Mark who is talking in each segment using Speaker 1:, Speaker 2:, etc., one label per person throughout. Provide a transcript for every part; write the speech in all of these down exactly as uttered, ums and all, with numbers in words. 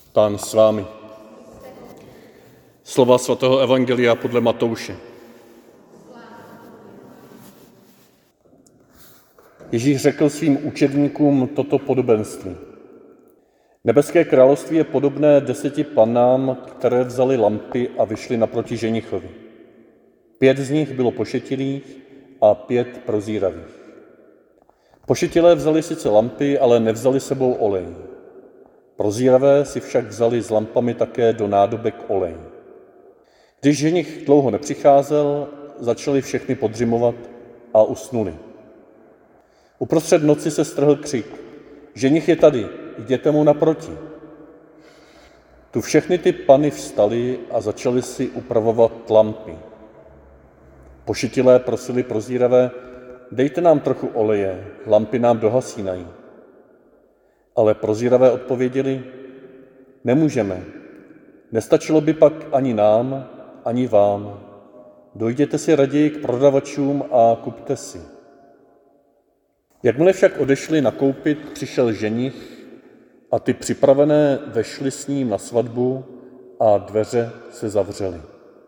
Speaker 1: Pán s vámi. Slova svatého evangelia podle Matouše. Ježíš řekl svým učedníkům toto podobenství. Nebeské království je podobné deseti pannám, které vzali lampy a vyšly naproti ženichovi. Pět z nich bylo pošetilých a pět prozíravých. Pošetilé vzali sice lampy, ale nevzali sebou olej. Prozíravé si však vzali s lampami také do nádobek olej. Když ženich dlouho nepřicházel, začali všechny podřimovat a usnuli. Uprostřed noci se strhl křik. Ženich je tady, jděte mu naproti. Tu všechny ty panny vstaly a začaly si upravovat lampy. Pošetilé prosili prozíravé, dejte nám trochu oleje, lampy nám dohasínají. Ale prozíravé odpověděli, nemůžeme. Nestačilo by pak ani nám, ani vám. Dojděte si raději k prodavačům a kupte si. Jakmile však odešli nakoupit, přišel ženich a ty připravené vešly s ním na svatbu a dveře se zavřely.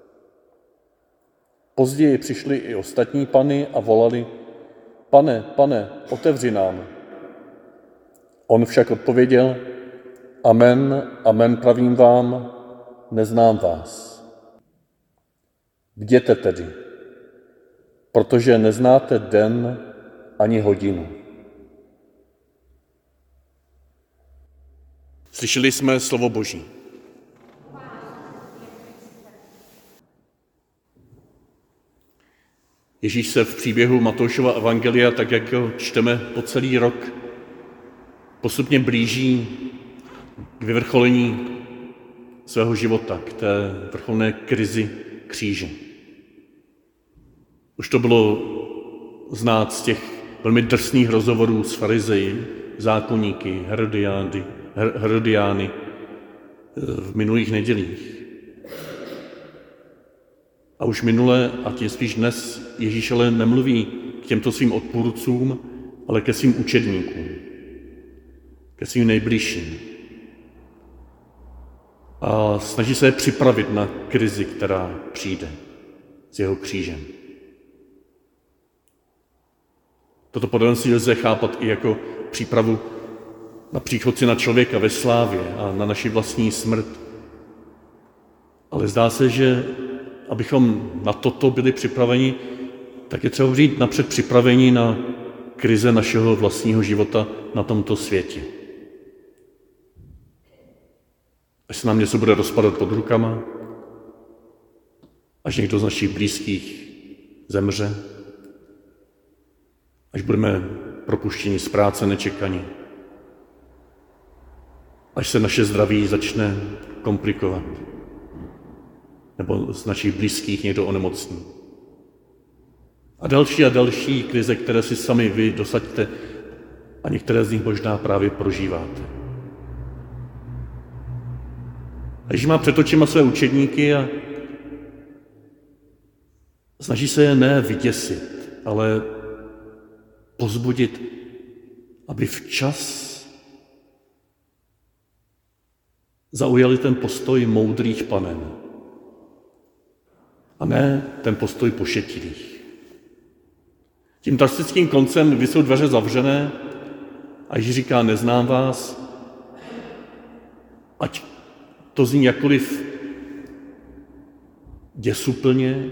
Speaker 1: Později přišly i ostatní panny a volali, pane, pane, otevři nám. On však odpověděl, amen, amen pravím vám, neznám vás. Jděte tedy, protože neznáte den ani hodinu. Slyšeli jsme slovo Boží. Ježíš se v příběhu Matoušova evangelia, tak jak ho čteme po celý rok, postupně blíží k vyvrcholení svého života, k té vrcholné krizi kříže. Už to bylo znát z těch velmi drsných rozhovorů s farizeji, zákonníky, Herodiány, Herodiány v minulých nedělích. A už minule, a tím spíš dnes, Ježíš ale nemluví k těmto svým odpůrcům, ale ke svým učedníkům, ke svým nejbližším. A snaží se je připravit na krizi, která přijde s jeho křížem. Toto podobenství lze chápat i jako přípravu na příchod Syna člověka ve slávě a na naši vlastní smrt. Ale zdá se, že abychom na toto byli připraveni, tak je třeba být napřed připraveni na krize našeho vlastního života na tomto světě. Až se nám něco bude rozpadat pod rukama, až někdo z našich blízkých zemře, až budeme propuštěni z práce nečekaně, až se naše zdraví začne komplikovat, nebo z našich blízkých někdo onemocní. A další a další krize, které si sami vy dosaďte a některé z nich možná právě prožíváte. A Ježíš má před očima své učedníky a snaží se je ne vyděsit, ale povzbudit, aby včas zaujali ten postoj moudrých panen a ne ten postoj pošetilých. Tím drastickým koncem, kdy jsou dveře zavřené a Ježíš říká, neznám vás, ať to zní jakkoliv děsuplně,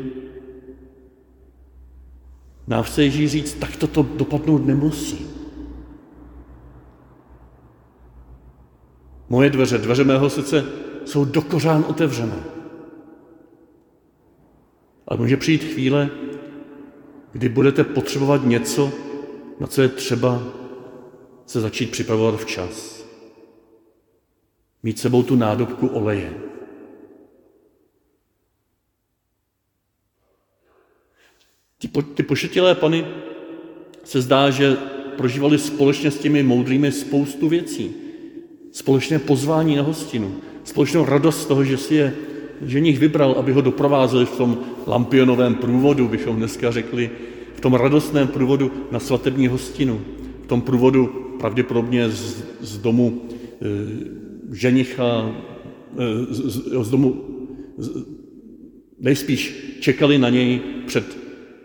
Speaker 1: nám chce Ježíš říct, tak toto dopadnout nemusí. Moje dveře, dveře mého srdce jsou do kořán otevřené. Ale může přijít chvíle, kdy budete potřebovat něco, na co je třeba se začít připravovat včas. Mít sebou tu nádobku oleje. Ty, po, ty pošetilé panny se zdá, že prožívali společně s těmi moudrými spoustu věcí. Společné pozvání na hostinu, společnou radost z toho, že si je ženich vybral, aby ho doprovázeli v tom lampionovém průvodu, bychom dneska řekli, v tom radostném průvodu na svatební hostinu, v tom průvodu pravděpodobně z, z domu ženicha z, z, z domu, z, nejspíš čekali na něj před e,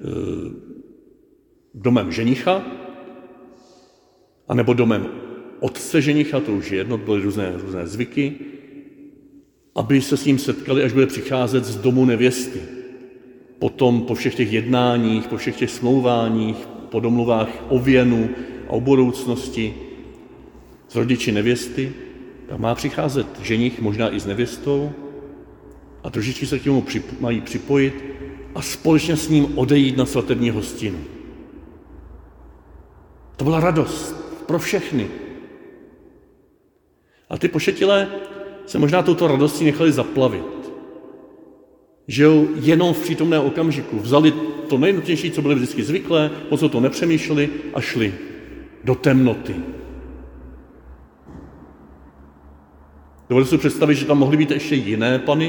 Speaker 1: domem ženicha, anebo domem otce ženicha, to už je jedno, byly různé, různé zvyky, aby se s ním setkali, až bude přicházet z domu nevěsty. Potom po všech těch jednáních, po všech těch smlouváních, po domluvách o věnu a o budoucnosti s rodiči nevěsty, tak má přicházet ženich, možná i s nevěstou, a trošičky se k němu mají připojit a společně s ním odejít na svatební hostinu. To byla radost pro všechny. A ty pošetilé se možná touto radostí nechali zaplavit. Žijou jenom v přítomném okamžiku. Vzali to nejnutnější, co byli vždycky zvyklé, moc o to nepřemýšleli a šli do temnoty. Dovedu si představit, že tam mohly být ještě jiné pany,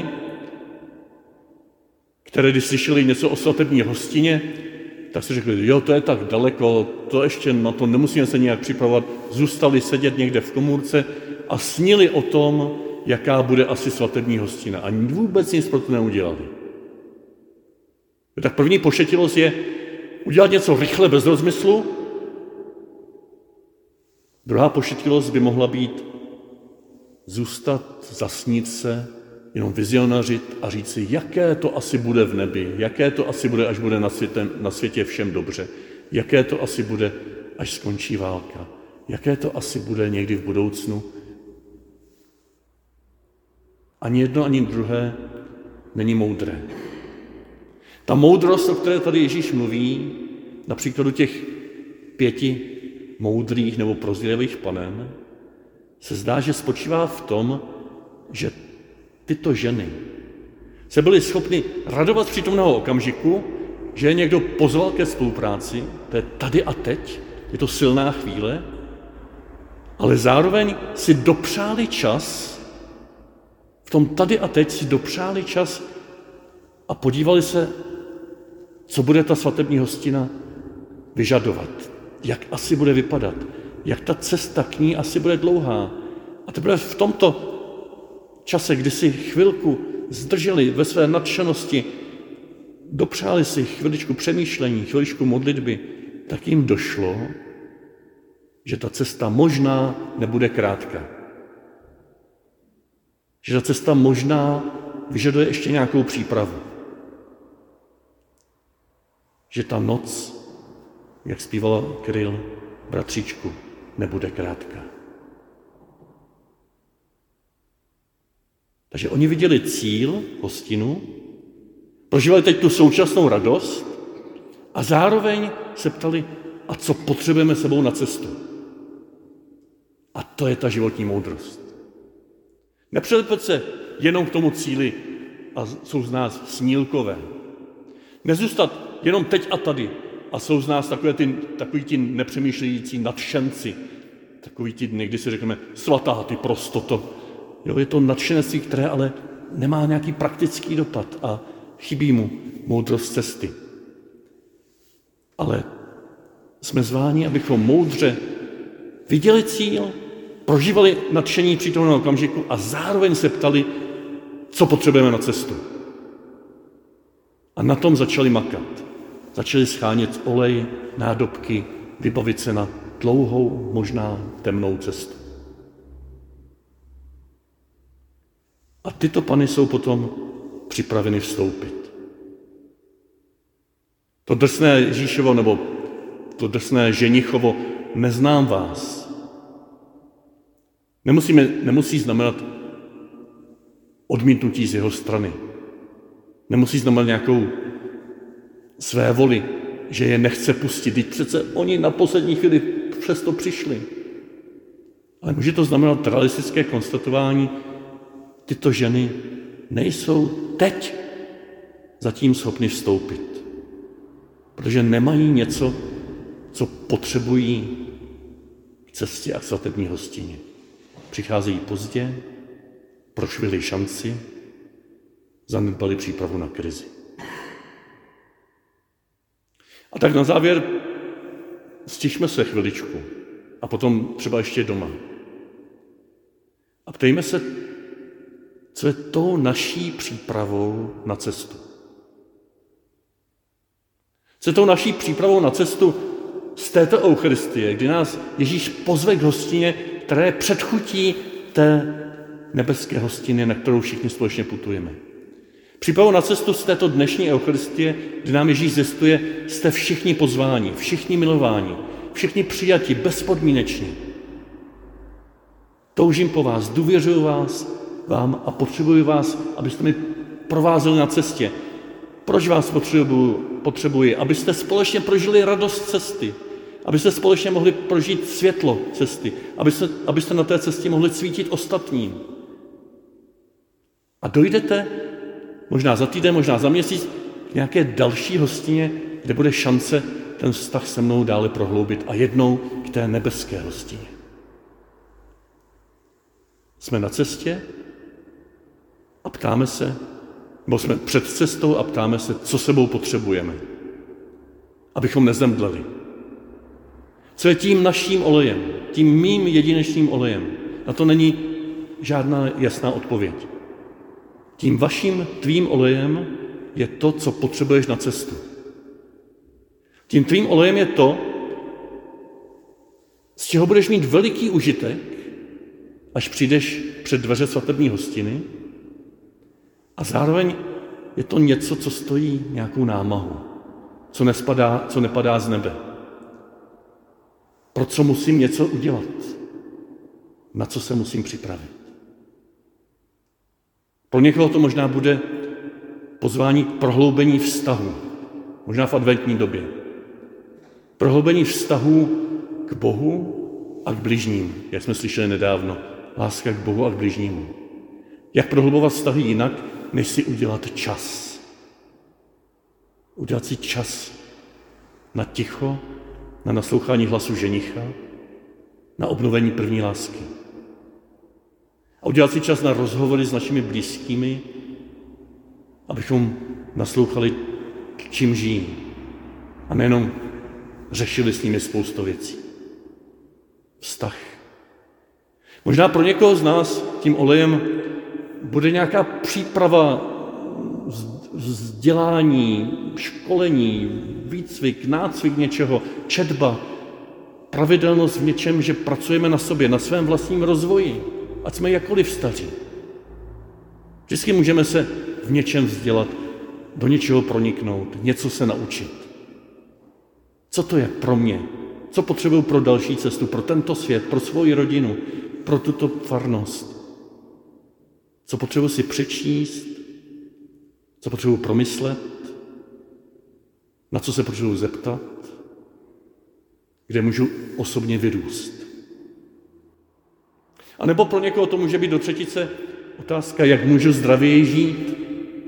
Speaker 1: které když slyšeli něco o svatební hostině, tak si řekli, jo, to je tak daleko, to ještě na to nemusíme se nějak připravovat. Zůstali sedět někde v komůrce a snili o tom, jaká bude asi svatební hostina. A vůbec nic pro to neudělali. Tak první pošetilost je udělat něco rychle bez rozmyslu. Druhá pošetilost by mohla být zůstat, zasnít se, jenom vizionařit a říct si, jaké to asi bude v nebi, jaké to asi bude, až bude na, světem, na světě všem dobře, jaké to asi bude, až skončí válka, jaké to asi bude někdy v budoucnu. Ani jedno, ani druhé není moudré. Ta moudrost, o které tady Ježíš mluví, například u těch pěti moudrých nebo prozíravých panen, se zdá, že spočívá v tom, že tyto ženy se byly schopny radovat z přítomného okamžiku, že je někdo pozval ke spolupráci, to je tady a teď, je to silná chvíle, ale zároveň si dopřáli čas, v tom tady a teď si dopřáli čas a podívali se, co bude ta svatební hostina vyžadovat, jak asi bude vypadat, jak ta cesta k ní asi bude dlouhá. A teprve v tomto čase, kdy si chvilku zdrželi ve své nadšenosti, dopřáli si chviličku přemýšlení, chviličku modlitby, tak jim došlo, že ta cesta možná nebude krátká. Že ta cesta možná vyžaduje ještě nějakou přípravu. Že ta noc, jak zpívala Kryl, bratříčku, nebude krátká. Takže oni viděli cíl, hostinu, prožívali teď tu současnou radost a zároveň se ptali, a co potřebujeme sebou na cestu. A to je ta životní moudrost. Nepřilepit se jenom k tomu cíli a jsou z nás snílkové. Nezůstat jenom teď a tady a jsou z nás takové ty, takový ti nepřemýšlející nadšenci, takový ti, někdy si řekneme, svatá ty prostoto. Jo, je to nadšenectví, které ale nemá nějaký praktický dopad a chybí mu moudrost cesty. Ale jsme zváni, abychom moudře viděli cíl, prožívali nadšení přítomného okamžiku a zároveň se ptali, co potřebujeme na cestu. A na tom začali makat. Začali schánět olej, nádobky, vybavit se na dlouhou, možná temnou cestu. A tyto pany jsou potom připraveny vstoupit. To drsné Ježíšovo nebo to drsné ženichovo neznám vás. Nemusíme, nemusí znamenat odmítnutí z jeho strany. Nemusí znamenat nějakou své voli, že je nechce pustit. Teď přece oni na poslední chvíli přesto přišli. Ale může to znamenat realistické konstatování, tyto ženy nejsou teď zatím schopny vstoupit. Protože nemají něco, co potřebují k cestě a k svatební hostině. Přicházejí pozdě, prošvihli šanci, zanedbali přípravu na krizi. A tak na závěr stišme se chviličku a potom třeba ještě doma. A ptejme se, co je tou naší přípravou na cestu. Co je tou naší přípravou na cestu z této Eucharistie, kdy nás Ježíš pozve k hostině, která je předchutí té nebeské hostiny, na kterou všichni společně putujeme. Přípravou na cestu z této dnešní Eucharistie, kdy nám Ježíš zjistuje, jste všichni pozváni, všichni milováni, všichni přijati bezpodmínečně. Toužím po vás, důvěřuji vás, vám a potřebuji vás, abyste mi provázeli na cestě. Proč vás potřebuji? Potřebuji, abyste společně prožili radost cesty, abyste společně mohli prožít světlo cesty, abyste, abyste na té cestě mohli svítit ostatním. A dojdete možná za týden, možná za měsíc k nějaké další hostině, kde bude šance ten vztah se mnou dále prohloubit a jednou k té nebeské hostině. Jsme na cestě a ptáme se, nebo jsme před cestou a ptáme se, co sebou potřebujeme, abychom nezemdleli. Co je tím naším olejem, tím mým jedinečným olejem? Na to není žádná jasná odpověď. Tím vaším, tvým olejem je to, co potřebuješ na cestu. Tím tvým olejem je to, z čeho budeš mít veliký užitek, až přijdeš před dveře svatební hostiny, a zároveň je to něco, co stojí nějakou námahu, co nespadá, co nepadá z nebe. Pro co musím něco udělat? Na co se musím připravit? Pro někoho to možná bude pozvání k prohloubení vztahu, možná v adventní době. Prohloubení vztahu k Bohu a k bližním, jak jsme slyšeli nedávno. Láska k Bohu a k bližnímu. Jak prohlubovat vztahy jinak, než si udělat čas. Udělat si čas na ticho, na naslouchání hlasu ženicha, na obnovení první lásky. A udělat si čas na rozhovory s našimi blízkými, abychom naslouchali, k čím žijí. A nejenom řešili s nimi spoustu věcí. Vztah. Možná pro někoho z nás tím olejem bude nějaká příprava, vzdělání, školení, výcvik, nácvik něčeho, četba, pravidelnost v něčem, že pracujeme na sobě, na svém vlastním rozvoji, ať jsme jakkoliv staří. Vždycky můžeme se v něčem vzdělat, do něčeho proniknout, něco se naučit. Co to je pro mě? Co potřebuji pro další cestu, pro tento svět, pro svoji rodinu, pro tuto farnost? Co potřebuji si přečíst, co potřebuji promyslet, na co se potřebuji zeptat, kde můžu osobně vyrůst. A nebo pro někoho to může být do třetice otázka, jak můžu zdravěji žít.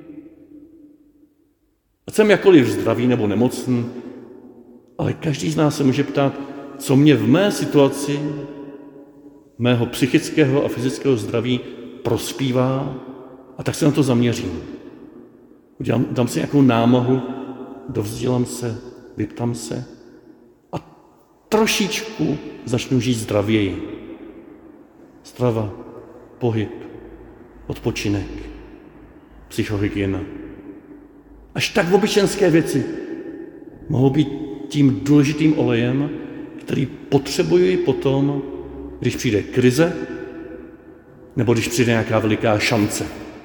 Speaker 1: Ať jsem jakkoliv zdravý nebo nemocný, ale každý z nás se může ptát, co mě v mé situaci, mého psychického a fyzického zdraví prospívá, a tak se na to zaměřím. Udělám, dám si nějakou námahu, dovzdělám se, vyptám se a trošičku začnu žít zdravěji. Strava, pohyb, odpočinek, psychohygiena. Až tak obyčejné věci mohou být tím důležitým olejem, který potřebuji potom, když přijde krize, nebo když přijde nějaká veliká šance.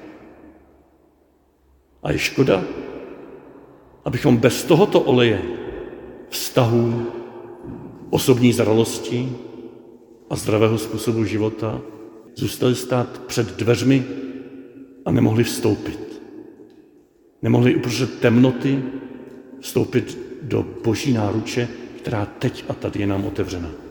Speaker 1: A je škoda, abychom bez tohoto oleje vztahů, osobní zralosti a zdravého způsobu života zůstali stát před dveřmi a nemohli vstoupit. Nemohli uprostřed temnoty vstoupit do Boží náruče, která teď a tady je nám otevřena.